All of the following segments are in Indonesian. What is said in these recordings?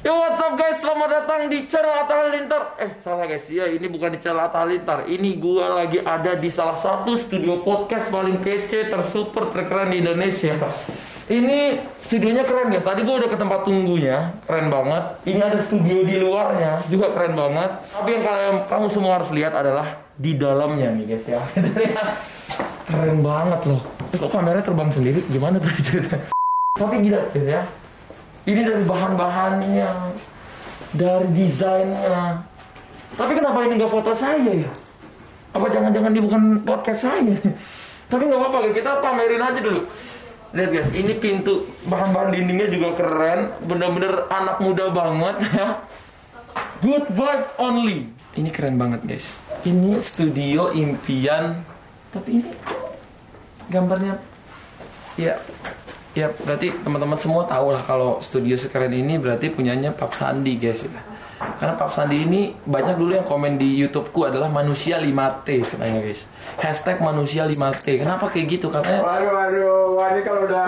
Yo, what's up guys, selamat datang di channel Atta Halilintar. Salah guys, ya ini bukan di channel Atta Halilintar. Ini gua lagi ada di salah satu studio podcast paling kece, tersuper, terkeren di Indonesia. Ini studionya keren ya. Tadi gua udah ke tempat tunggunya, keren banget. Ini ada studio di luarnya, juga keren banget. Tapi yang kamu semua harus lihat adalah di dalamnya nih guys ya. Keren banget loh. Kok kameranya terbang sendiri? Gimana tuh ceritanya? Tapi gila guys ya. Ini dari bahan-bahannya, dari desainnya. Tapi kenapa ini nggak foto saya ya? Apa jangan-jangan ini bukan podcast saya? Tapi nggak apa-apa, kita pamerin aja dulu. Lihat guys, ini pintu, bahan-bahan dindingnya juga keren. Bener-bener anak muda banget ya. Good vibes only. Ini keren banget guys. Ini studio impian. Tapi ini gambarnya, ya berarti teman-teman semua tahu lah kalau studio sekeren ini berarti punyanya Pap Sandi guys ya. Karena Pap Sandi ini banyak dulu yang komen di YouTubeku adalah manusia 5T katanya guys. Hashtag manusia 5T. Kenapa kayak gitu? Katanya Waduh, ini kalau udah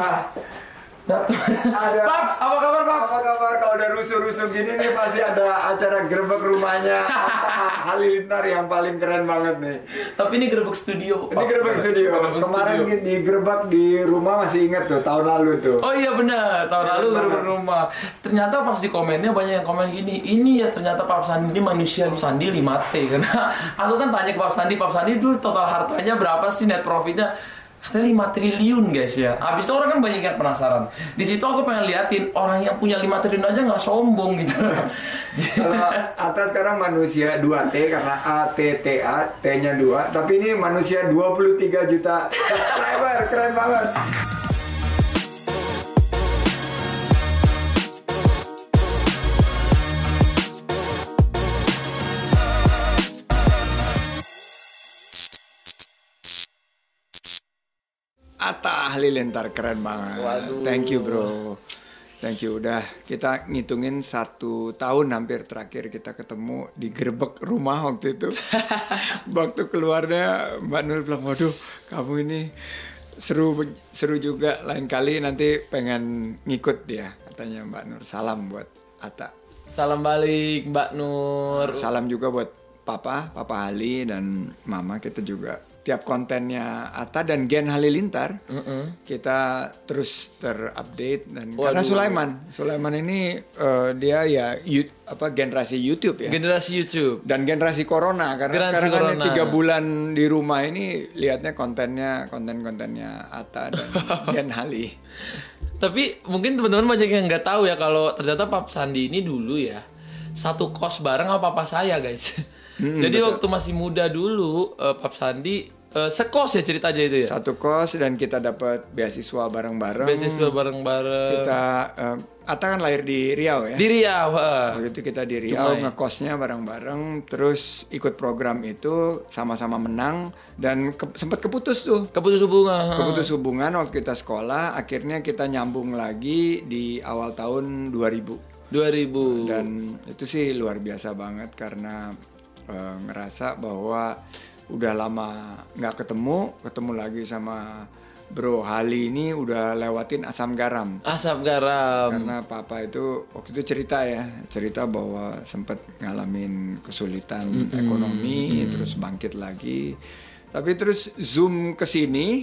Paps, apa kabar Paps? Apa kabar? Kalau udah rusuh-rusuh gini nih pasti ada acara gerbek rumahnya Atta Halilintar yang paling keren banget nih. Tapi ini gerbek studio. Ini gerbek studio. Kemarin di gerbek di rumah masih inget tuh tahun lalu tuh. Oh iya benar, tahun lalu gerbek rumah. Ternyata pas di komennya banyak yang komen gini. Ini ya ternyata Pap Sandi ini manusia Sandi 5T. Karena aku kan tanya ke Pap Sandi itu total hartanya berapa sih, net profitnya? Katanya 5 triliun guys ya. Habis itu orang kan banyak yang penasaran. Di situ aku pengen liatin orang yang punya 5 triliun aja nggak sombong gitu. Kalau Atta sekarang manusia 2T karena ATTA, T-nya 2. Tapi ini manusia 23 juta subscriber, keren banget. Atta Halilintar keren banget. Waduh. Thank you bro. Thank you. Udah kita ngitungin 1 tahun hampir terakhir kita ketemu di gerbek rumah waktu itu. Waktu keluarnya Mbak Nur bilang, waduh kamu ini seru juga, lain kali nanti pengen ngikut dia katanya Mbak Nur. Salam buat Atta. Salam balik Mbak Nur. Salam juga buat Papa Hali dan Mama. Kita juga tiap kontennya Atta dan Gen Halilintar kita terus terupdate. Dan karena Sulaiman ini dia ya generasi YouTube ya, generasi YouTube dan generasi Corona karena generasi sekarang Corona. kan 3 bulan di rumah ini lihatnya kontennya Atta dan Gen Hali. Tapi mungkin teman-teman banyak yang nggak tahu ya kalau ternyata Pap Sandi ini dulu ya satu kos bareng sama papa saya guys. Jadi betul. waktu masih muda dulu Pap Sandi sekos ya cerita aja itu ya. Satu kos dan kita dapat beasiswa bareng-bareng. Kita Atta kan lahir di Riau ya. Di Riau. Waktu itu kita di Riau ngekosnya bareng-bareng, terus ikut program itu sama-sama menang dan sempat keputus Keputus hubungan waktu kita sekolah. Akhirnya kita nyambung lagi di awal tahun 2000. Dan itu sih luar biasa banget karena ngerasa bahwa udah lama nggak ketemu lagi sama Bro Hali ini, udah lewatin asam garam. Karena papa itu waktu itu cerita bahwa sempat ngalamin kesulitan ekonomi, terus bangkit lagi. Tapi terus zoom ke sini,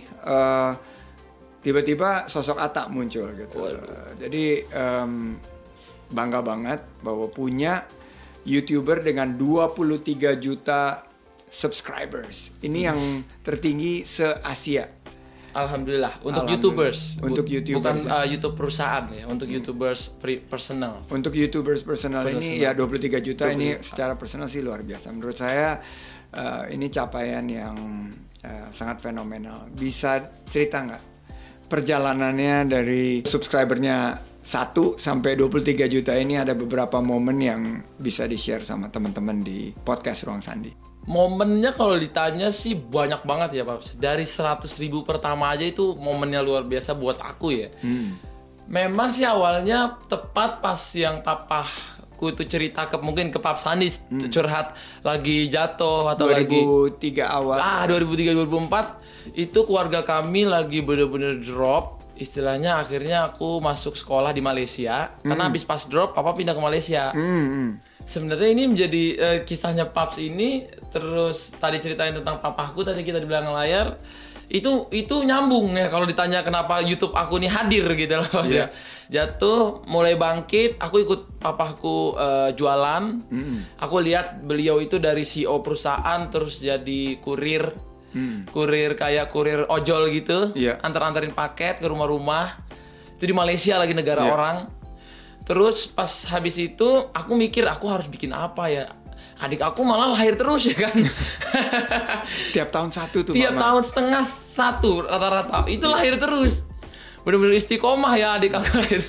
tiba-tiba sosok Atta muncul gitu. Jadi bangga banget bahwa punya YouTuber dengan 23 juta subscribers. Ini yang tertinggi se-Asia. Alhamdulillah. Untuk YouTubers. Untuk YouTubers. Bukan YouTube perusahaan ya. Untuk YouTubers personal. Untuk YouTubers personal ini ya 23 juta ini secara personal sih luar biasa. Menurut saya ini capaian yang sangat fenomenal. Bisa cerita nggak perjalanannya dari subscribernya 1 sampai 23 juta ini, ada beberapa momen yang bisa di-share sama teman-teman di podcast Ruang Sandi? Momennya kalau ditanya sih banyak banget ya Pak. Dari 100.000 pertama aja itu momennya luar biasa buat aku ya. Memang sih awalnya tepat pas yang papaku itu cerita mungkin ke Pap Sandi curhat lagi jatuh atau 2003 awal. 2003 2004 itu keluarga kami lagi bener-bener drop. istilahnya akhirnya aku masuk sekolah di Malaysia karena habis pas drop papa pindah ke Malaysia. Sebenarnya ini menjadi kisahnya Paps ini, terus tadi ceritain tentang papaku tadi kita di belakang layar itu nyambung ya kalau ditanya kenapa YouTube aku nih hadir gitu loh. Yeah. Jatuh mulai bangkit, aku ikut papaku jualan. Aku lihat beliau itu dari CEO perusahaan terus jadi kurir. Kurir kayak kurir ojol gitu. Yeah. Antar-antarin paket ke rumah-rumah. Itu di Malaysia lagi negara orang. Terus pas habis itu aku mikir aku harus bikin apa ya. Adik aku malah lahir terus ya kan. Tiap tahun satu tuh. Tiap tahun setengah satu rata-rata. Itu lahir terus. Bener-bener istiqomah ya adik aku lahir.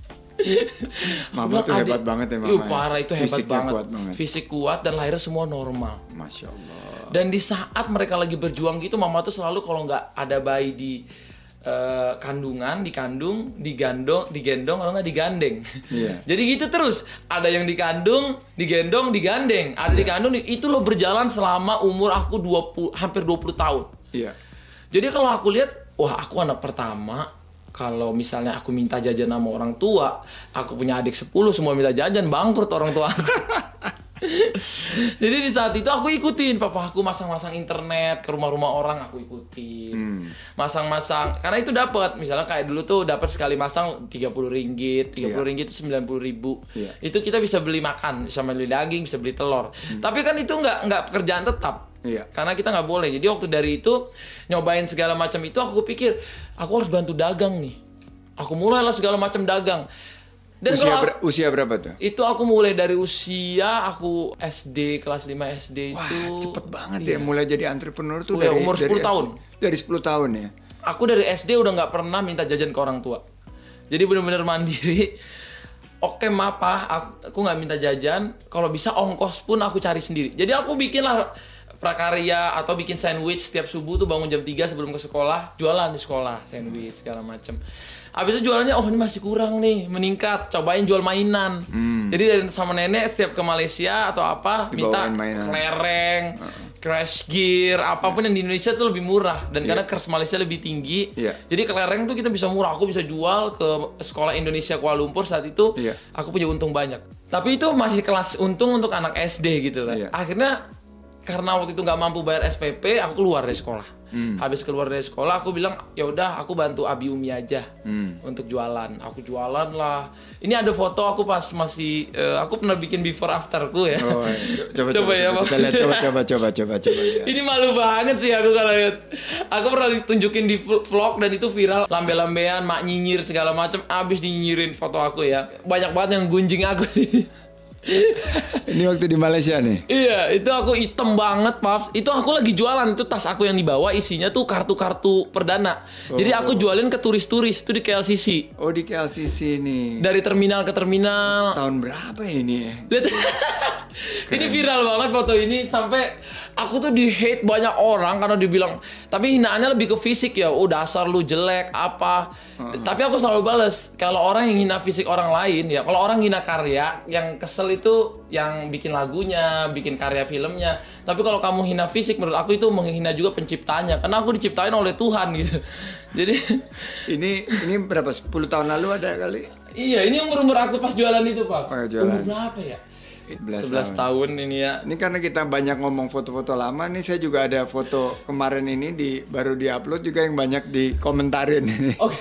Mama tuh hebat banget ya mama. Parah itu hebat banget. Kuat banget. Fisik kuat dan lahirnya semua normal. Masya Allah. Dan di saat mereka lagi berjuang gitu, mama tuh selalu kalau nggak ada bayi di kandungan, dikandung, digendong, kalau nggak digandeng. Yeah. Jadi gitu terus. Ada yang dikandung, digendong, digandeng. Ada dikandung, itu loh berjalan selama umur aku hampir 20 tahun. Iya. Jadi kalau aku lihat, wah aku anak pertama. Kalau misalnya aku minta jajan sama orang tua, aku punya adik 10 semua minta jajan, bangkrut orang tua aku. Jadi di saat itu aku ikutin papa aku masang-masang internet ke rumah-rumah orang, aku ikutin. Masang-masang karena itu dapat, misalnya kayak dulu tuh dapat sekali masang 30 ringgit itu 90.000. Itu kita bisa beli makan, bisa beli daging, bisa beli telur. Tapi kan itu nggak pekerjaan tetap. Karena kita nggak boleh. Jadi waktu dari itu nyobain segala macam itu, aku pikir aku harus bantu dagang nih. Aku mulailah segala macam dagang. Dan usia berapa tuh? Itu aku mulai dari usia aku SD, kelas 5 SD. Wah, itu. Cepet banget ya mulai jadi entrepreneur tuh dari umur 10 tahun. Dari 10 tahun ya? Aku dari SD udah nggak pernah minta jajan ke orang tua. Jadi benar-benar mandiri. Oke ma, aku nggak minta jajan. Kalau bisa ongkos pun aku cari sendiri. Jadi aku bikinlah prakarya atau bikin sandwich setiap subuh tuh, bangun jam 3 sebelum ke sekolah, jualan di sekolah, sandwich segala macam. Habis itu jualannya, ini masih kurang nih, meningkat, cobain jual mainan. Jadi dari sama nenek setiap ke Malaysia atau apa, dibawain minta kelereng, crash gear, apapun yang di Indonesia tuh lebih murah. Dan karena kurs Malaysia lebih tinggi, jadi kelereng tuh kita bisa murah. Aku bisa jual ke sekolah Indonesia Kuala Lumpur saat itu, aku punya untung banyak. Tapi itu masih kelas untung untuk anak SD gitu lah. Akhirnya karena waktu itu nggak mampu bayar SPP, aku keluar dari sekolah. Habis keluar dari sekolah, aku bilang ya udah, aku bantu Abi Umi aja untuk jualan. Aku jualan lah. Ini ada foto aku pas masih, aku pernah bikin before afterku ya. Oh, coba ya, kita lihat, coba. Ya. Ini malu banget sih aku kalau lihat. Aku pernah ditunjukin di vlog dan itu viral, lambe-lambean, mak nyinyir segala macam. Abis dinyinyirin foto aku ya. Banyak banget yang gunjing aku nih. Ini waktu di Malaysia nih? Iya, itu aku hitam banget, Paps. Itu aku lagi jualan, itu tas aku yang dibawa isinya tuh kartu-kartu perdana. Jadi aku jualin ke turis-turis, itu di KLCC. Oh, di KLCC nih. Dari terminal ke terminal. Tahun berapa ini? Lihat. Ini viral banget foto ini, sampai aku tuh di-hate banyak orang karena dibilang, tapi hinaannya lebih ke fisik ya. Oh, dasar lu jelek apa. Tapi aku selalu balas, kalau orang yang hina fisik orang lain ya, kalau orang hina karya, yang kesel itu yang bikin lagunya, bikin karya filmnya. Tapi kalau kamu hina fisik, menurut aku itu menghina juga penciptanya, karena aku diciptain oleh Tuhan gitu. Jadi ini berapa, 10 tahun lalu ada kali? Iya, ini umur aku pas jualan itu, Pak. Umur berapa ya? 11 tahun ini ya. Ini karena kita banyak ngomong foto-foto lama nih, saya juga ada foto kemarin ini baru di-upload juga yang banyak dikomentarin ini. Oke.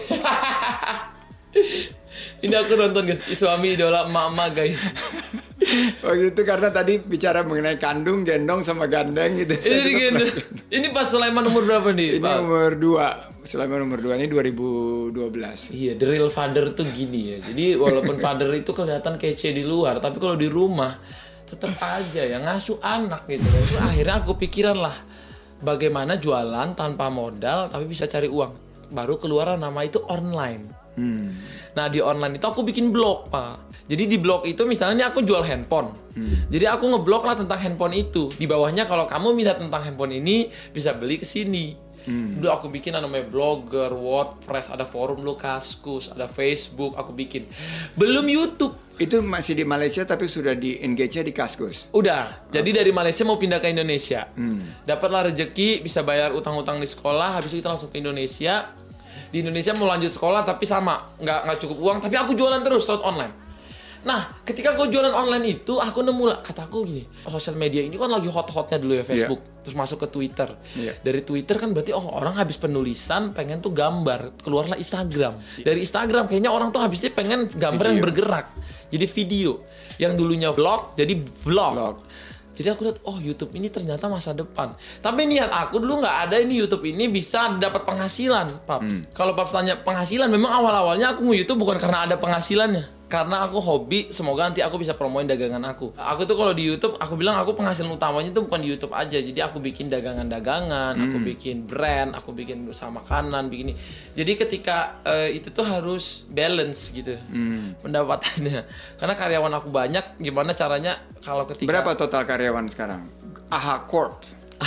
Ini aku nonton guys, suami idola mama guys. Waktu itu karena tadi bicara mengenai kandung, gendong sama gandeng gitu. Ini pas Sulaiman umur berapa nih? Ini Pak? Umur 2. Sulaiman umur 2 ini 2012. Iya, the real father tuh gini ya. Jadi walaupun father itu kelihatan kece di luar, tapi kalau di rumah tetap aja ya ngasuh anak gitu. Terus akhirnya aku pikiran lah, bagaimana jualan tanpa modal tapi bisa cari uang. Baru keluar nama itu online. Nah di online itu aku bikin blog, Pak. Jadi di blog itu misalnya aku jual handphone. Jadi aku ngeblog lah tentang handphone itu. Di bawahnya kalau kamu minta tentang handphone ini bisa beli ke sini. Dulu aku bikin namanya Blogger, WordPress, ada forum lo, Kaskus, ada Facebook, aku bikin. Belum YouTube. Itu masih di Malaysia tapi sudah di engage-nya di Kaskus? Udah. Jadi dari Malaysia mau pindah ke Indonesia. Dapatlah rezeki, bisa bayar utang-utang di sekolah, habis itu kita langsung ke Indonesia. di Indonesia mau lanjut sekolah tapi sama nggak cukup uang, tapi aku jualan terus lewat online. Nah, ketika gue jualan online itu, aku nemu lah, kataku gini, sosial media ini kan lagi hot-hotnya dulu ya, Facebook, terus masuk ke Twitter. Dari Twitter kan berarti orang habis penulisan pengen tuh gambar, keluarlah Instagram. Dari Instagram kayaknya orang tuh habisnya pengen gambar yang bergerak, jadi video. Yang dulunya vlog, jadi vlog. Jadi aku lihat, YouTube ini ternyata masa depan. Tapi niat aku dulu nggak ada ini YouTube ini bisa dapat penghasilan, Paps. Kalau Paps tanya penghasilan, memang awal-awalnya aku mau YouTube bukan karena ada penghasilannya. Karena aku hobi, semoga nanti aku bisa promoin dagangan aku. Aku tuh kalau di YouTube, aku bilang aku penghasilan utamanya tuh bukan di YouTube aja. Jadi aku bikin dagangan-dagangan, aku bikin brand, aku bikin usaha makanan, bikin ini. Jadi ketika itu tuh harus balance gitu pendapatannya. Karena karyawan aku banyak, gimana caranya kalau ketika... Berapa total karyawan sekarang? AHA Corp.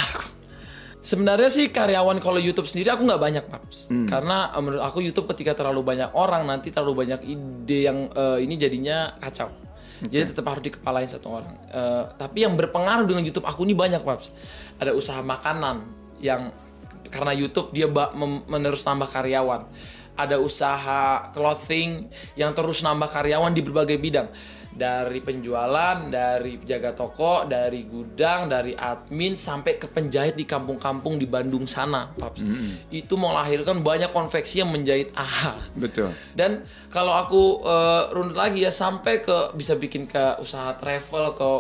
Sebenarnya sih karyawan kalau YouTube sendiri aku nggak banyak, Paps. Karena menurut aku YouTube ketika terlalu banyak orang, nanti terlalu banyak ide yang ini jadinya kacau. Jadi tetap harus dikepalain satu orang. Tapi yang berpengaruh dengan YouTube aku ini banyak, Paps. Ada usaha makanan yang karena YouTube dia menerus nambah karyawan. Ada usaha clothing yang terus nambah karyawan di berbagai bidang. Dari penjualan, dari jaga toko, dari gudang, dari admin, sampai ke penjahit di kampung-kampung di Bandung sana, Paps. Itu melahirkan banyak konveksi yang menjahit AHA. Betul. Dan kalau aku runut lagi ya, sampai ke bisa bikin ke usaha travel, ke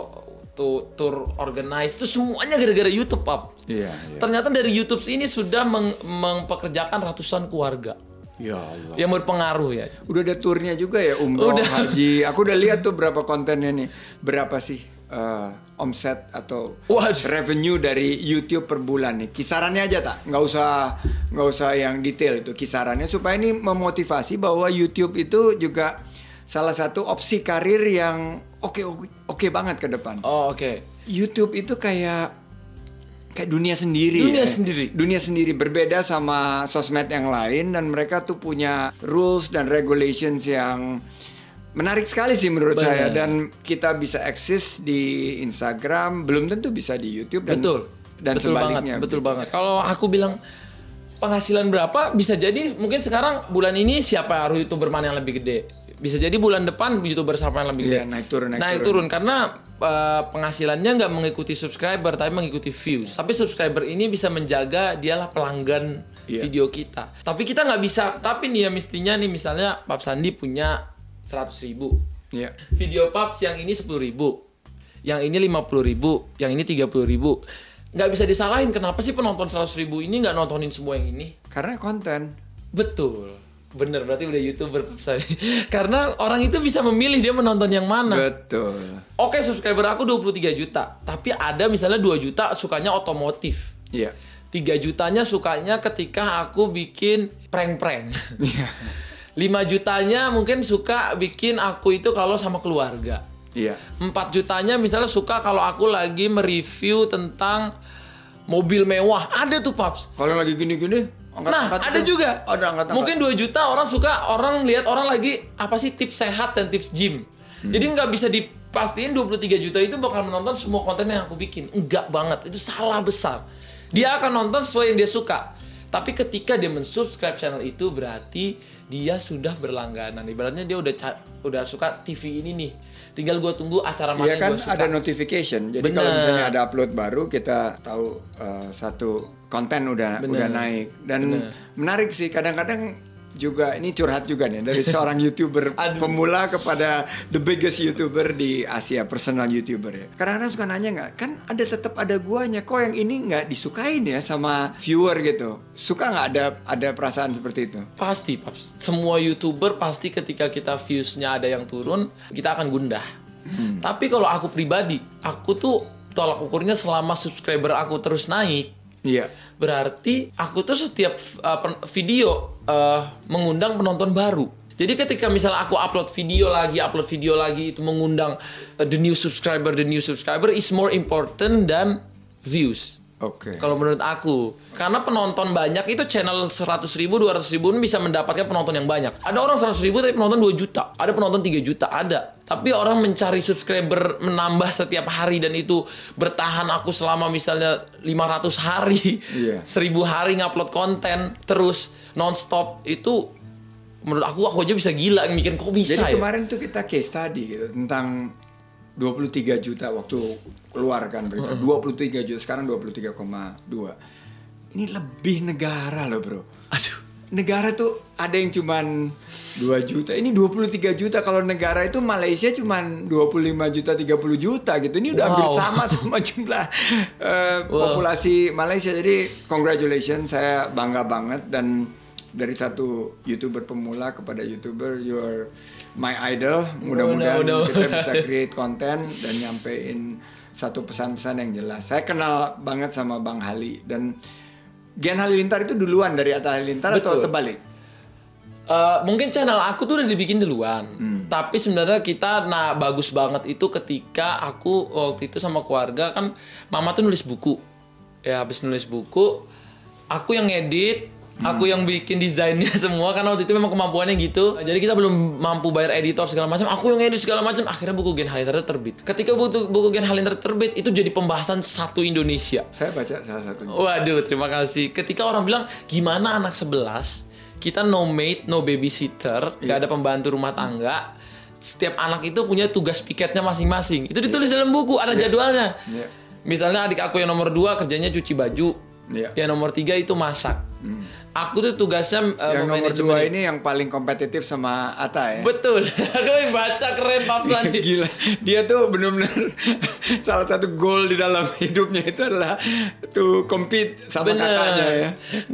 tour organize, itu semuanya gara-gara YouTube, Paps. Iya. Ternyata dari YouTube ini sudah mempekerjakan ratusan keluarga. Ya Allah. Yang berpengaruh ya. Udah ada turnya juga ya, umroh, haji. Aku udah lihat tuh berapa kontennya nih. Berapa sih omset atau revenue dari YouTube per bulan nih? Kisarannya aja tak? Nggak usah yang detail itu, kisarannya supaya ini memotivasi bahwa YouTube itu juga salah satu opsi karir yang oke banget ke depan. Oke. YouTube itu kayak dunia sendiri. Dunia sendiri berbeda sama sosmed yang lain, dan mereka tuh punya rules dan regulations yang menarik sekali sih menurut saya, dan kita bisa eksis di Instagram, belum tentu bisa di YouTube dan sebaliknya. Betul banget. Kalau aku bilang penghasilan berapa, bisa jadi mungkin sekarang bulan ini siapa YouTuber mana yang lebih gede. Bisa jadi bulan depan YouTuber siapa yang lebih gede. Naik turun karena penghasilannya nggak mengikuti subscriber, tapi mengikuti views. Tapi subscriber ini bisa menjaga dialah pelanggan video kita. Tapi kita nggak bisa. Tapi nih ya mestinya nih, misalnya Paps Sandi punya 100.000. Video Paps yang ini 10.000, yang ini 50.000, yang ini 30.000. Nggak bisa disalahin. Kenapa sih penonton 100.000 ini nggak nontonin semua yang ini? Karena konten. Betul. Bener, berarti udah YouTuber. Karena orang itu bisa memilih dia menonton yang mana. Betul. Oke, subscriber aku 23 juta. Tapi ada misalnya 2 juta sukanya otomotif. 3 jutanya sukanya ketika aku bikin prank-prank. 5 jutanya mungkin suka bikin aku itu kalau sama keluarga. 4 jutanya misalnya suka kalau aku lagi mereview tentang mobil mewah. Ada tuh, Paps. Kalau lagi gini-gini ada juga. Mungkin 2 juta orang suka, orang lihat orang lagi apa sih tips sehat dan tips gym. Jadi nggak bisa dipastiin 23 juta itu bakal menonton semua konten yang aku bikin. Enggak banget, itu salah besar. Dia akan nonton sesuai yang dia suka. Tapi ketika dia mensubscribe channel itu, berarti dia sudah berlangganan. Ibaratnya dia udah suka TV ini nih. Tinggal gue tunggu acara mana yang gue suka. Ada notification. Jadi kalau misalnya ada upload baru, kita tahu satu konten udah naik. Dan menarik sih, kadang-kadang juga ini curhat juga nih dari seorang YouTuber pemula kepada the biggest YouTuber di Asia, personal YouTuber ya. Kadang-kadang suka nanya nggak, kan tetap ada guanya, kok yang ini nggak disukain ya sama viewer gitu. Suka nggak ada perasaan seperti itu? Pasti, Paps. Semua YouTuber pasti ketika kita viewsnya ada yang turun, kita akan gundah. Tapi kalau aku pribadi, aku tuh tolak ukurnya selama subscriber aku terus naik. Berarti aku tuh setiap video mengundang penonton baru. Jadi ketika misalnya aku upload video lagi itu mengundang the new subscriber is more important than views. Kalau menurut aku, karena penonton banyak itu channel 100.000, 200.000 bisa mendapatkan penonton yang banyak. Ada orang 100.000 tapi penonton 2 juta, ada penonton 3 juta, ada. Tapi orang mencari subscriber menambah setiap hari dan itu bertahan aku selama misalnya 500 hari, 1000 hari ngupload konten terus nonstop, itu menurut aku aja bisa gila mikir kok bisa. Jadi ya. kemarin tuh kita case study gitu tentang 23 juta waktu keluar kan berita. 23 juta, sekarang 23,2. Ini lebih negara loh bro. Aduh. Negara tuh ada yang cuman 2 juta, ini 23 juta. Kalau negara itu Malaysia cuman 25 juta, 30 juta gitu. Ini udah hampir sama jumlah populasi Malaysia. Jadi congratulations, saya bangga banget. Dan dari satu YouTuber pemula kepada YouTuber, you are my idol. Mudah-mudahan kita bisa create konten dan nyampein satu pesan-pesan yang jelas. Saya kenal banget sama Bang Hali, dan Gen Halilintar itu duluan dari Atta Halilintar. Betul. Atau terbalik? Mungkin channel aku tuh udah dibikin duluan. Tapi sebenarnya kita bagus banget itu ketika aku waktu itu sama keluarga kan, mama tuh nulis buku. Ya habis nulis buku, aku yang ngedit, aku yang bikin desainnya semua, karena waktu itu memang kemampuannya gitu. Jadi kita belum mampu bayar editor segala macam. Aku yang edit segala macam. Akhirnya buku Gen Halilintar terbit. Ketika buku Gen Halilintar terbit, itu jadi pembahasan satu Indonesia. Saya baca salah satunya. Waduh, terima kasih. Ketika orang bilang, gimana anak 11, kita no maid, no babysitter, gak ada pembantu rumah tangga. Setiap anak itu punya tugas piketnya masing-masing. Itu ditulis dalam buku, ada jadwalnya. Misalnya adik aku yang nomor 2 kerjanya cuci baju. Yang nomor 3 itu masak. Aku tuh tugasnya yang nomor 2 ini yang paling kompetitif sama Atta ya. Betul. Aku yang baca keren Papsan. Gila. Dia tuh benar-benar salah satu goal di dalam hidupnya itu adalah to compete sama kakaknya ya.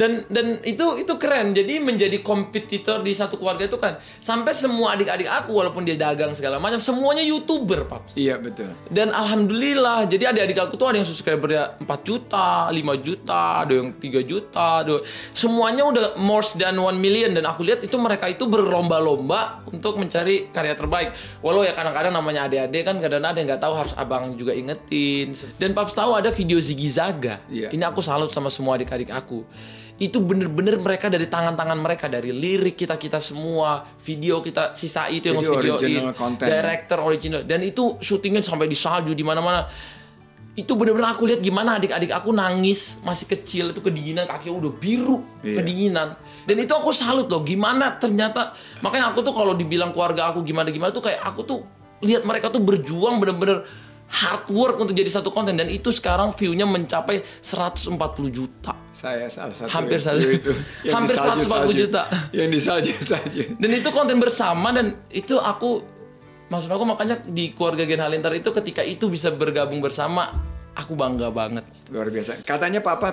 Dan itu keren. Jadi menjadi kompetitor di satu keluarga itu kan. Sampai semua adik-adik aku walaupun dia dagang segala macam, semuanya YouTuber, Paps. Iya, betul. Dan alhamdulillah, jadi adik-adik aku tuh ada yang subscribernya 4 juta, 5 juta, ada yang 3 juta, semuanya udah more than 1 million. Dan aku lihat itu mereka itu berlomba-lomba untuk mencari karya terbaik. Walau ya kadang-kadang namanya adik-adik kan kadang-kadang ada yang nggak tahu, harus abang juga ingetin. Dan Paps tahu ada video Ziggy Zaga. Ini aku salut sama semua adik-adik aku. Itu bener-bener mereka dari tangan-tangan mereka, dari lirik kita semua, video kita sisa itu yang ngevideoin, director original, dan itu syutingnya sampai di salju di mana-mana. Itu bener-bener aku lihat gimana adik-adik aku nangis, masih kecil, itu kedinginan, kakinya udah biru, kedinginan. Dan itu aku salut loh, gimana ternyata. Makanya aku tuh kalau dibilang keluarga aku gimana-gimana tuh kayak aku tuh lihat mereka tuh berjuang bener-bener hard work untuk jadi satu konten. Dan itu sekarang view-nya mencapai 140 juta. Saya salah satu hampir itu. Hampir 140 juta. Yang di salju. Dan itu konten bersama, dan itu maksud aku makanya di keluarga Gen Halilintar itu ketika itu bisa bergabung bersama, aku bangga banget. Luar biasa. Katanya Papa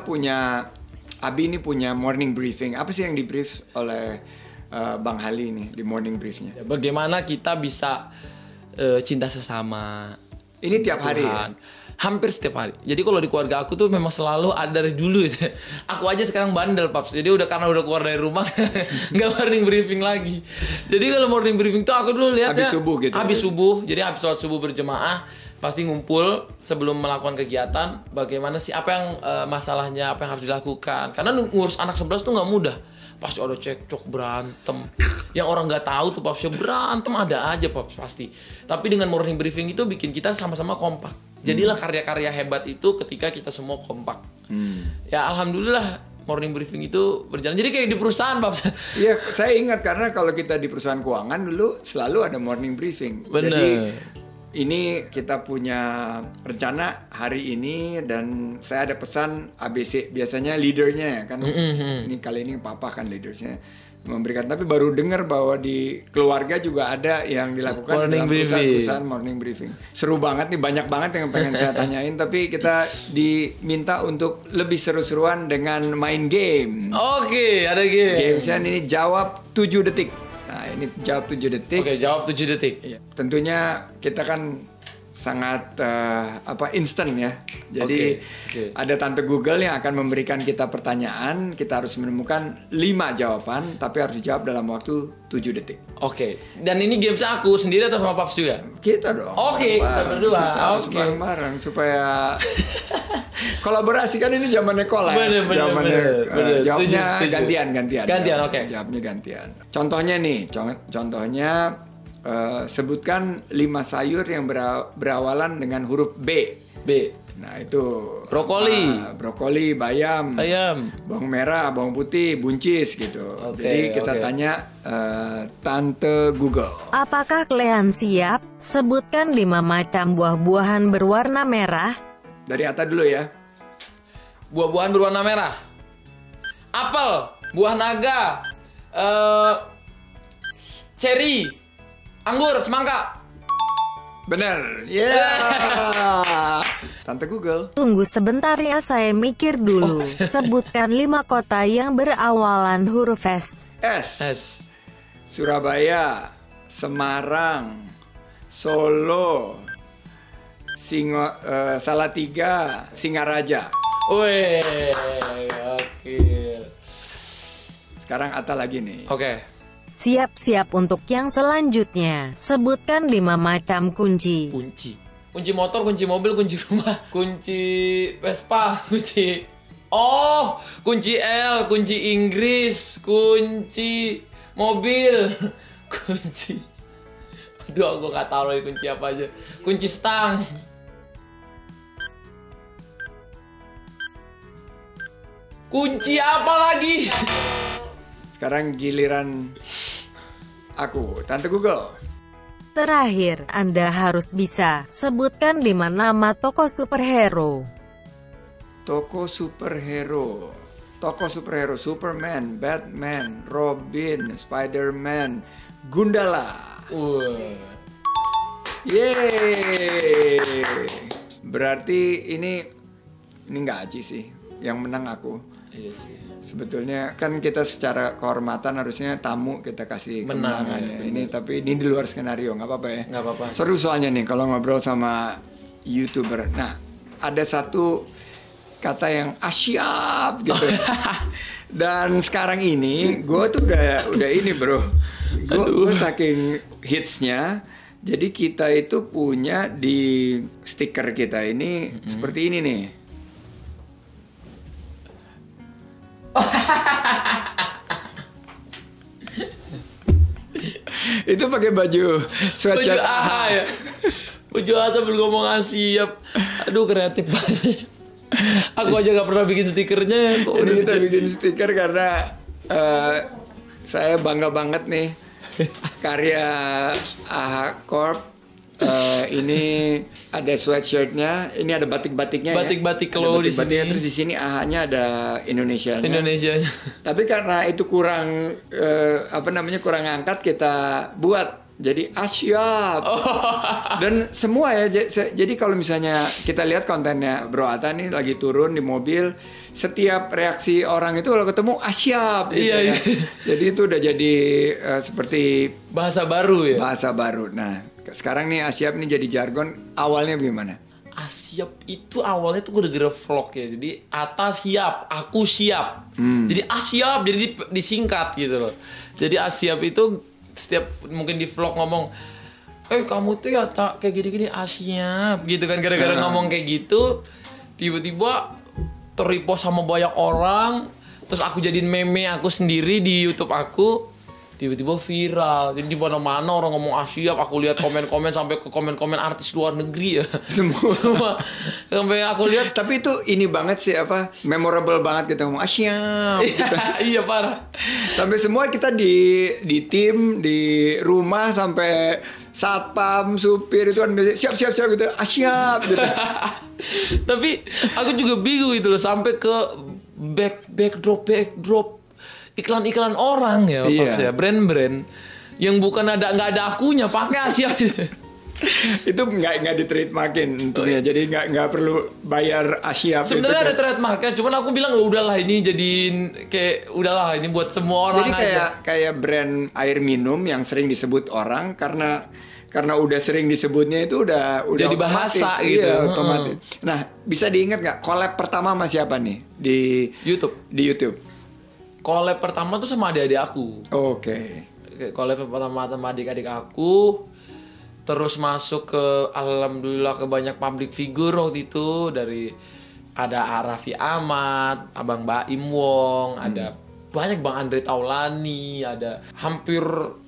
Abi ini punya morning briefing. Apa sih yang di brief oleh Bang Hali ini di morning briefnya? Bagaimana kita bisa cinta sesama. Ini tiap hari ya? Hampir setiap hari. Jadi kalau di keluarga aku tuh memang selalu ada dari dulu itu. Aku aja sekarang bandel, Paps. Jadi karena udah keluar dari rumah nggak morning briefing lagi. Jadi kalau morning briefing tuh aku dulu lihatnya habis subuh gitu. Habis subuh. Jadi habis sholat subuh berjemaah pasti ngumpul sebelum melakukan kegiatan. Bagaimana sih, apa yang masalahnya, apa yang harus dilakukan. Karena ngurus anak 11 tuh nggak mudah. Pasti ada cekcok, berantem. Yang orang nggak tahu tuh Paps, ya berantem ada aja Paps pasti. Tapi dengan morning briefing itu bikin kita sama-sama kompak. Jadilah karya-karya hebat itu ketika kita semua kompak. Ya alhamdulillah morning briefing itu berjalan. Jadi kayak di perusahaan, Paps. Iya, saya ingat karena kalau kita di perusahaan keuangan dulu selalu ada morning briefing. Bener. Jadi ini kita punya rencana hari ini dan saya ada pesan ABC. Biasanya leadernya ya kan. Ini kali ini Papa kan leadersnya memberikan, tapi baru dengar bahwa di keluarga juga ada yang dilakukan dalam perusahaan morning briefing. Seru banget nih, banyak banget yang pengen saya tanyain, tapi kita diminta untuk lebih seru-seruan dengan main game. Oke, ada game. Gamesnya ini jawab 7 detik. Nah, ini jawab 7 detik. Oke, jawab 7 detik. Iya. Tentunya kita kan sangat instan ya. Jadi ada tante Google yang akan memberikan kita pertanyaan, kita harus menemukan 5 jawaban tapi harus dijawab dalam waktu 7 detik. Oke. Dan ini games aku sendiri atau sama Paps juga? Kita dong. Oke, kita berdua. Kita harus bareng-bareng supaya kolaborasi kan, ini zamannya kolab. Bener. Jawabnya gantian. Gantian, oke. Jawabnya gantian. Contohnya nih, contohnya sebutkan 5 sayur yang berawalan dengan huruf B. B. Nah itu Brokoli, bayam, bawang merah, bawang putih, buncis gitu. Jadi kita tanya Tante Google. Apakah kalian siap? Sebutkan 5 macam buah-buahan berwarna merah. Dari Atta dulu ya. Buah-buahan berwarna merah. Apel, buah naga, cherry, anggur, semangka. Bener, yeah. Tante Google. Tunggu sebentar ya, saya mikir dulu. Sebutkan 5 kota yang berawalan huruf S. S. Surabaya, Semarang, Solo, Salatiga, Singaraja. Wih, oke. Sekarang Atta lagi nih. Oke. Siap-siap untuk yang selanjutnya. Sebutkan 5 macam kunci. Kunci motor, kunci mobil, kunci rumah, kunci Vespa, kunci L, kunci Inggris, kunci mobil, kunci. Aduh, aku nggak tahu lagi kunci apa aja. Kunci stang. Kunci apa lagi? Sekarang giliran aku, Tante Google. Terakhir, Anda harus bisa sebutkan 5 nama tokoh superhero. Tokoh superhero, Superman, Batman, Robin, Spider-Man, Gundala. Yeay. Berarti ini nggak Aji sih, yang menang aku. Iya sih. Sebetulnya kan kita secara kehormatan harusnya tamu kita kasih kemenangan ya. Ini tapi ini di luar skenario, nggak apa-apa ya. Nggak apa-apa. Seru soalnya nih kalau ngobrol sama YouTuber. Nah, ada satu kata yang asyap gitu. Dan sekarang ini gue tuh udah ini bro. Gue saking hitsnya. Jadi kita itu punya di stiker kita ini seperti ini nih. Itu pakai baju sweatshirt AHA ya. Baju AHA sambil ngomong siap. Aduh, kreatif banget. Aku aja gak pernah bikin stikernya. Ini kita bikin stiker karena saya bangga banget nih karya AHA Corp. Ini ada sweatshirtnya, ini ada batik-batiknya. Batik-batik kalau di sini. Terus di sini AHA-nya ada Indonesianya. Tapi karena itu kurang kurang angkat, kita buat jadi asyap. Dan semua ya. Jadi kalau misalnya kita lihat kontennya Bro Atta nih lagi turun di mobil, setiap reaksi orang itu kalau ketemu asyap gitu ya. Jadi itu udah jadi seperti bahasa baru ya. Bahasa baru. Nah, sekarang nih asyap nih jadi jargon. Awalnya gimana? Asyap itu awalnya tuh gara-gara vlog ya. Jadi Atta siap, aku siap. Jadi asyap, jadi disingkat gitu loh. Jadi asyap itu setiap mungkin di vlog ngomong, kamu tuh ya tak kayak gini-gini asyap gitu kan. Gara-gara ngomong kayak gitu, tiba-tiba ter-repost sama banyak orang. Terus aku jadiin meme aku sendiri di YouTube aku. Tiba-tiba viral. Jadi di mana-mana orang ngomong asyap. Aku lihat komen-komen sampai ke komen-komen artis luar negeri ya. Semua. Sampai aku lihat. Tapi itu ini banget sih memorable banget kita ngomong asyap. Gitu. Iya parah. Sampai semua kita di tim, di rumah sampai satpam, supir itu kan siap gitu. Asyap gitu. Tapi aku juga bingung itu loh sampai ke backdrop iklan-iklan orang ya, ya brand-brand yang bukan nggak ada akunya pakai Asia. Itu nggak di-trademarkin tentunya, jadi nggak perlu bayar Asia. Sebenarnya ada trademarknya, cuman aku bilang udahlah ini jadiin kayak udahlah ini buat semua orang. Jadi kayak brand air minum yang sering disebut orang karena udah sering disebutnya itu udah jadi bahasa gitu. Iya, otomatis. Nah, bisa diingat nggak collab pertama sama siapa nih di YouTube? Collab pertama tuh sama adik-adik aku. Oke. Collab pertama sama adik-adik aku. Terus masuk ke alhamdulillah ke banyak public figure waktu itu, dari ada Raffi Ahmad, Abang Baim Wong, ada banyak Bang Andre Taulani, ada hampir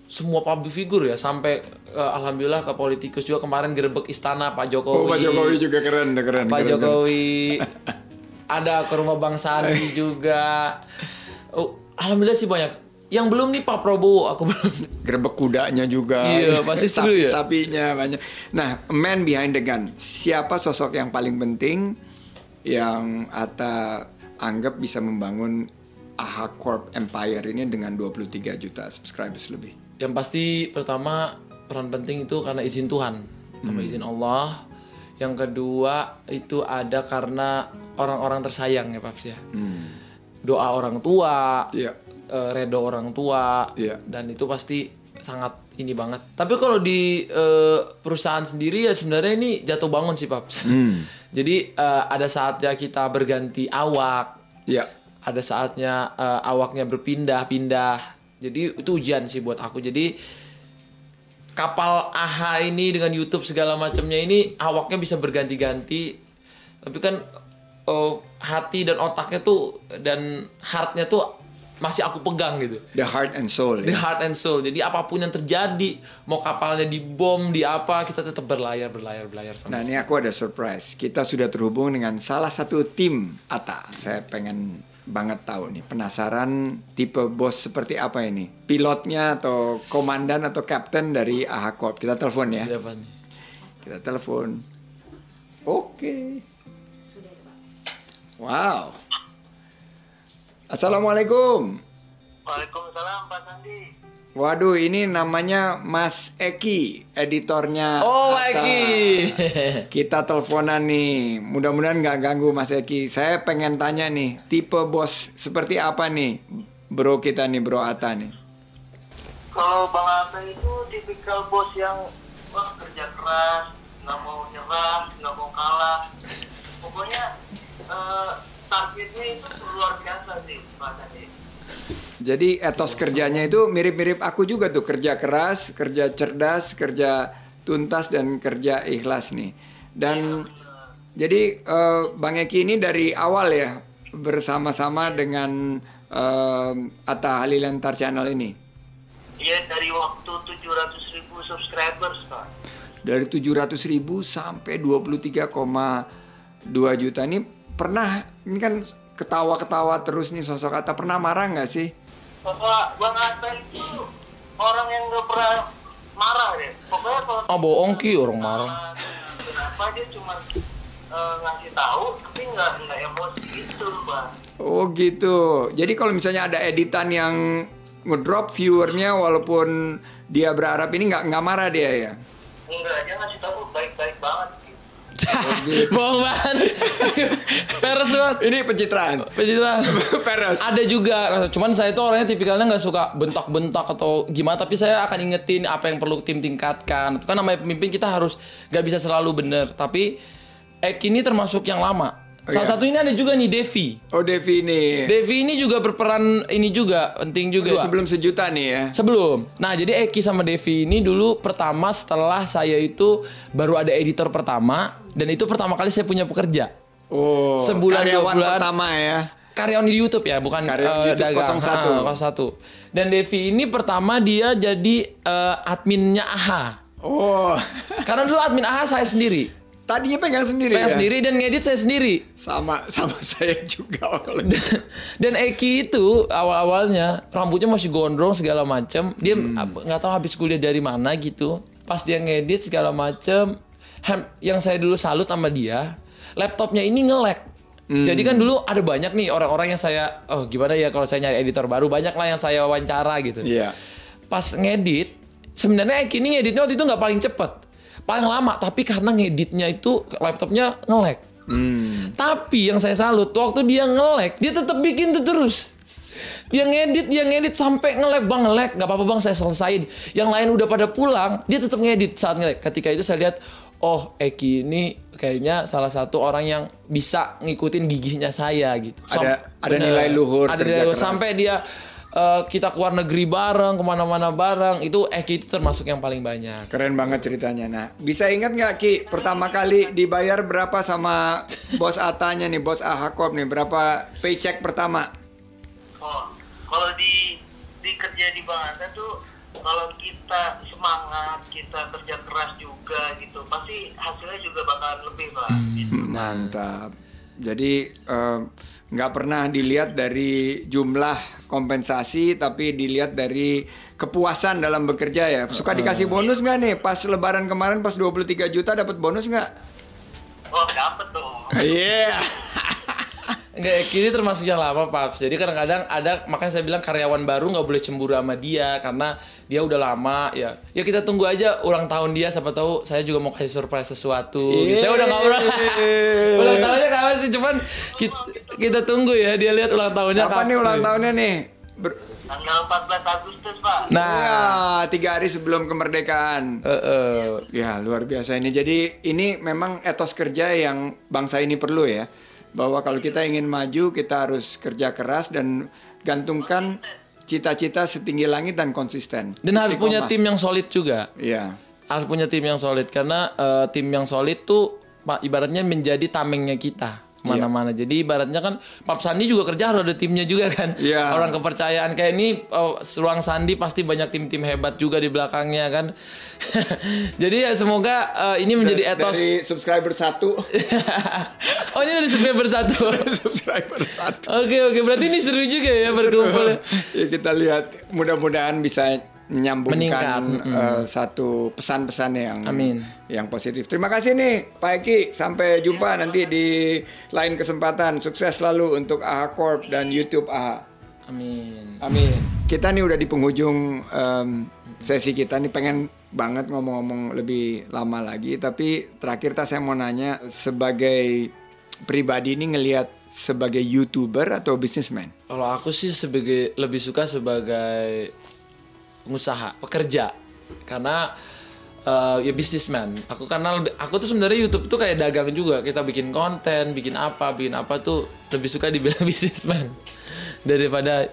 semua public figure ya, sampai alhamdulillah ke politikus juga kemarin gerebek istana Pak Jokowi. Oh, Pak Jokowi juga keren. Pak Jokowi ada ke rumah Bang Sandi juga. Oh, alhamdulillah sih banyak. Yang belum nih Pak Prabowo, aku belum. Gerebek kudanya juga. Iya, pasti seru ya. Sapinya banyak. Nah, man behind the gun. Siapa sosok yang paling penting yang Atta anggap bisa membangun AHA Corp Empire ini dengan 23 juta subscribers lebih? Yang pasti pertama peran penting itu karena izin Tuhan, sama izin Allah. Yang kedua itu ada karena orang-orang tersayang ya Paps ya. Doa orang tua. Iya. Redo orang tua, dan itu pasti sangat ini banget. Tapi kalau di perusahaan sendiri ya sebenarnya ini jatuh bangun sih Paps. Jadi ada saatnya kita berganti awak, ada saatnya awaknya berpindah-pindah. Jadi itu ujian sih buat aku. Jadi kapal AHA ini dengan YouTube segala macamnya ini awaknya bisa berganti-ganti. Tapi kan hati dan otaknya tuh dan heartnya tuh masih aku pegang gitu. The heart and soul. The heart and soul. Jadi apapun yang terjadi, mau kapalnya dibom, di apa, kita tetap berlayar sama. Nah, ini aku ada surprise. Kita sudah terhubung dengan salah satu tim Atta. Saya pengen banget tahu nih, penasaran tipe bos seperti apa ini? Pilotnya atau komandan atau kapten dari AHA Corp. Kita telepon ya. Siapa nih? Kita telepon. Oke. Wow. Assalamualaikum. Waalaikumsalam Pak Sandi. Waduh, ini namanya Mas Eki, editornya. Oh, Atta. Eki. Kita teleponan nih. Mudah-mudahan nggak ganggu Mas Eki. Saya pengen tanya nih, tipe bos seperti apa nih, bro kita nih, bro Atta nih? Kalau Bang Atta itu tipikal bos yang kerja keras, nggak mau nyerah, nggak mau kalah. Pokoknya targetnya itu luar biasa sih Pak Sandi. Jadi etos kerjanya itu mirip-mirip aku juga tuh, kerja keras, kerja cerdas, kerja tuntas, dan kerja ikhlas nih. Dan jadi Bang Eki ini dari awal ya bersama-sama dengan Atta Halilintar Channel ini. Iya, dari waktu 700.000 subscribers Pak. Dari 700.000 sampai 23,2 juta ini. Pernah, ini kan ketawa-ketawa terus nih sosok Atta, pernah marah nggak sih? Bapak Bang Atta itu orang yang nggak pernah marah deh. Pokoknya kalau Bohong Ki, orang marah. Kenapa dia cuma ngasih tahu tapi nggak emosi gitu Bang. Oh gitu. Jadi kalau misalnya ada editan yang ngedrop viewernya walaupun dia berharap ini nggak marah dia ya? Enggak, dia ngasih tahu baik-baik banget. Bohong banget. Peres banget. Ini pencitraan. Peres. Ada juga. Cuman saya itu orangnya tipikalnya nggak suka bentak-bentak atau gimana. Tapi saya akan ingetin apa yang perlu tim tingkatkan. Itu kan namanya pemimpin, kita harus nggak bisa selalu benar. Tapi Eki ini termasuk yang lama. Salah satu ini ada juga nih Devi. Oh, Devi ini. Devi ini juga berperan ini juga penting juga. Sebelum sejuta nih ya. Sebelum. Nah, jadi Eki sama Devi ini dulu pertama setelah saya itu baru ada editor pertama, dan itu pertama kali saya punya pekerja. Oh. Sebulan 2 bulan pertama ya. Karyawan di YouTube ya, bukan dagang. 01. Dan Devi ini pertama dia jadi adminnya AHA. Oh. Karena dulu admin AHA saya sendiri. Tadinya pegang sendiri sendiri dan ngedit saya sendiri. Sama saya juga. Dan Eki itu awal-awalnya rambutnya masih gondrong segala macam. Dia nggak tahu habis kuliah dari mana gitu. Pas dia ngedit segala macam, yang saya dulu salut sama dia, laptopnya ini nge-lag. Jadi kan dulu ada banyak nih orang-orang yang saya, gimana ya kalau saya nyari editor baru, banyak lah yang saya wawancara gitu. Iya. Pas ngedit, sebenarnya Eki ini ngeditnya waktu itu nggak paling cepet, paling lama, tapi karena ngeditnya itu laptopnya nge-lag. Tapi yang saya salut, waktu dia nge-lag, dia tetap bikin itu terus. Dia ngedit sampai nge-lag, bang, nge-lag, nggak apa-apa bang, saya selesaiin. Yang lain udah pada pulang, dia tetap ngedit saat nge-lag. Ketika itu saya lihat, oh Eki ini kayaknya salah satu orang yang bisa ngikutin gigihnya saya gitu. Ada nilai luhur. Ada nilai luhur. Sampai dia kita keluar negeri bareng, kemana-mana bareng, itu Eki itu termasuk yang paling banyak. Keren banget ceritanya. Nah, bisa ingat nggak Ki, pertama kali dibayar berapa sama bos Atanya nih, bos AHA Corp nih, berapa paycheck pertama? Oh, kalau di kerja di Bang Atta tuh kalau kita semangat, kita kerja keras juga gitu, pasti hasilnya juga bakalan lebih Pak. Gitu. Mantap. Jadi nggak pernah dilihat dari jumlah kompensasi, tapi dilihat dari kepuasan dalam bekerja ya. Suka dikasih bonus nggak nih? Pas Lebaran kemarin pas 23 juta dapat bonus nggak? Oh dapet dong. Iya. Enggak, ini termasuk yang lama, Paps. Jadi kadang-kadang ada, makanya saya bilang karyawan baru nggak boleh cemburu sama dia karena dia udah lama ya. Ya kita tunggu aja ulang tahun dia, siapa tahu saya juga mau kasih surprise sesuatu. Saya udah nggak pernah. Ulang tahunnya kapan sih? Cuman kita tunggu ya, dia lihat ulang tahunnya Kapan nih ulang tahunnya nih? Tanggal 14 Agustus Pak. Nah, 3 hari sebelum kemerdekaan. Ya, luar biasa ini. Jadi ini memang etos kerja yang bangsa ini perlu ya. Bahwa kalau kita ingin maju, kita harus kerja keras dan gantungkan cita-cita setinggi langit dan konsisten. Dan harus punya tim yang solid juga. Iya. Harus punya tim yang solid karena tim yang solid tuh ibaratnya menjadi tamengnya kita kemana-mana. Jadi ibaratnya kan Pak Sandi juga kerja harus ada timnya juga kan. Orang kepercayaan kayak ini Ruang Sandi pasti banyak tim-tim hebat juga di belakangnya kan. Jadi ya semoga ini menjadi etos dari subscriber 1. Oh ini dari subscriber 1. Subscriber 1. Oke, berarti ini seru juga ya berkumpul. Ya kita lihat, mudah-mudahan bisa menyambungkan satu pesan-pesan yang positif. Terima kasih nih Pak Eki, sampai jumpa nanti di lain kesempatan. Sukses selalu untuk AHA Corp dan YouTube AHA. Amin. Kita nih udah di penghujung sesi kita nih, pengen banget ngomong-ngomong lebih lama lagi, tapi terakhir saya mau nanya, sebagai pribadi ini ngelihat sebagai YouTuber atau businessman? Kalau aku sih lebih suka sebagai pengusaha, pekerja, karena ya businessman. Aku tuh sebenarnya YouTube tuh kayak dagang juga. Kita bikin konten, bikin apa tuh lebih suka dibilang businessman daripada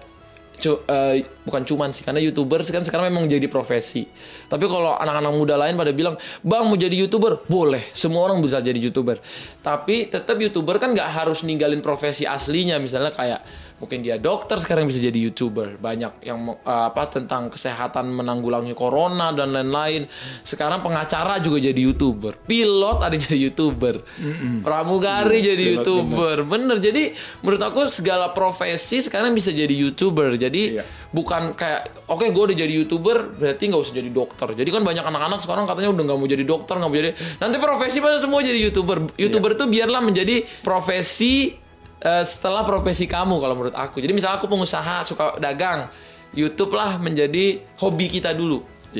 bukan cuman sih, karena YouTuber kan sekarang memang jadi profesi. Tapi kalau anak-anak muda lain pada bilang, "Bang, mau jadi YouTuber?" Boleh, semua orang bisa jadi YouTuber. Tapi tetap YouTuber kan nggak harus ninggalin profesi aslinya. Misalnya kayak mungkin dia dokter sekarang bisa jadi YouTuber. Banyak yang tentang kesehatan menanggulangi corona dan lain-lain. Sekarang pengacara juga jadi YouTuber. Pilot ada jadi YouTuber. Pramugari jadi YouTuber. Bener. Jadi menurut aku segala profesi sekarang bisa jadi YouTuber. Jadi bukan kayak oke, gue udah jadi YouTuber berarti nggak usah jadi dokter. Jadi kan banyak anak-anak sekarang katanya udah nggak mau jadi dokter, nggak mau jadi. Nanti profesi pada semua jadi YouTuber. YouTuber tuh biarlah menjadi profesi setelah profesi kamu kalau menurut aku. Jadi misalnya aku pengusaha suka dagang, YouTube lah menjadi hobi kita dulu.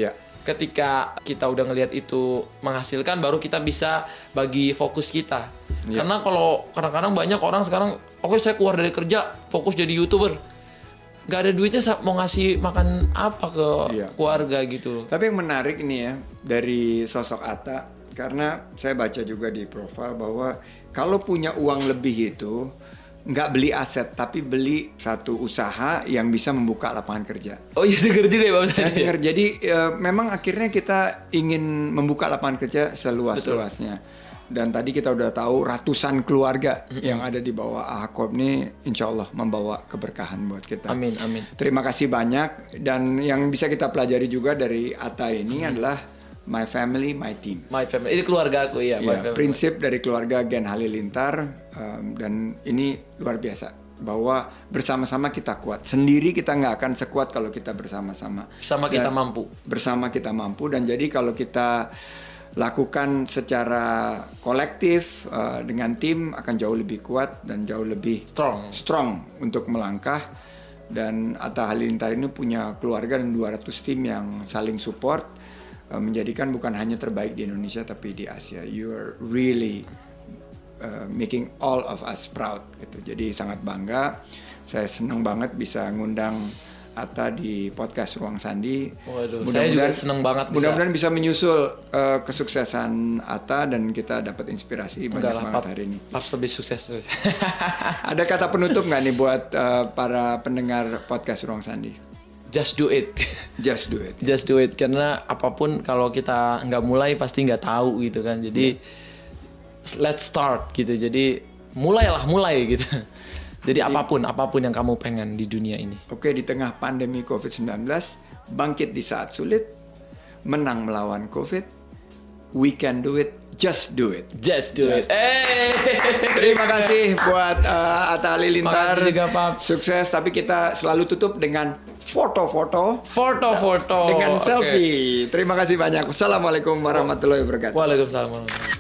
Ketika kita udah ngelihat itu menghasilkan, baru kita bisa bagi fokus kita. Karena kalau kadang-kadang banyak orang sekarang, oke saya keluar dari kerja, fokus jadi YouTuber. Gak ada duitnya mau ngasih makan apa ke keluarga gitu. Tapi yang menarik ini ya dari sosok Atta, karena saya baca juga di profil bahwa kalau punya uang lebih itu nggak beli aset, tapi beli satu usaha yang bisa membuka lapangan kerja. Oh iya, dengar juga ya Pak. Saya dengar. Jadi memang akhirnya kita ingin membuka lapangan kerja seluas-luasnya. Dan tadi kita udah tahu ratusan keluarga yang ada di bawah AHA Corp ini, insya Allah membawa keberkahan buat kita. Amin. Terima kasih banyak. Dan yang bisa kita pelajari juga dari Atta ini adalah my family, my team. My family, ini keluarga aku ya. Prinsip dari keluarga Gen Halilintar, dan ini luar biasa. Bahwa bersama-sama kita kuat. Sendiri kita nggak akan sekuat kalau kita bersama-sama. Bersama kita mampu. Dan jadi kalau kita lakukan secara kolektif dengan tim akan jauh lebih kuat dan jauh lebih strong untuk melangkah. Dan Atta Halilintar ini punya keluarga dan 200 tim yang saling support, menjadikan bukan hanya terbaik di Indonesia tapi di Asia. You are really making all of us proud gitu. Jadi sangat bangga. Saya senang banget bisa ngundang Atta di podcast Ruang Sandi. Waduh, saya juga senang banget mudah-mudahan bisa menyusul kesuksesan Atta dan kita dapat inspirasi banget hari ini. Pas lebih sukses. Ada kata penutup nggak nih buat para pendengar podcast Ruang Sandi? Just do it. Just do it. Just do it. Karena apapun kalau kita nggak mulai pasti nggak tahu gitu kan. Jadi let's start gitu. Jadi mulai gitu. Jadi apapun yang kamu pengen di dunia ini. Oke, di tengah pandemi COVID-19, bangkit di saat sulit, menang melawan COVID. We can do it, just do it. Just do it. Terima kasih buat Atta Halilintar. Makasih juga, Paps. Sukses, tapi kita selalu tutup dengan foto-foto Foto-foto dengan Oke. selfie. Terima kasih banyak. Wassalamualaikum warahmatullahi wabarakatuh. Waalaikumsalam.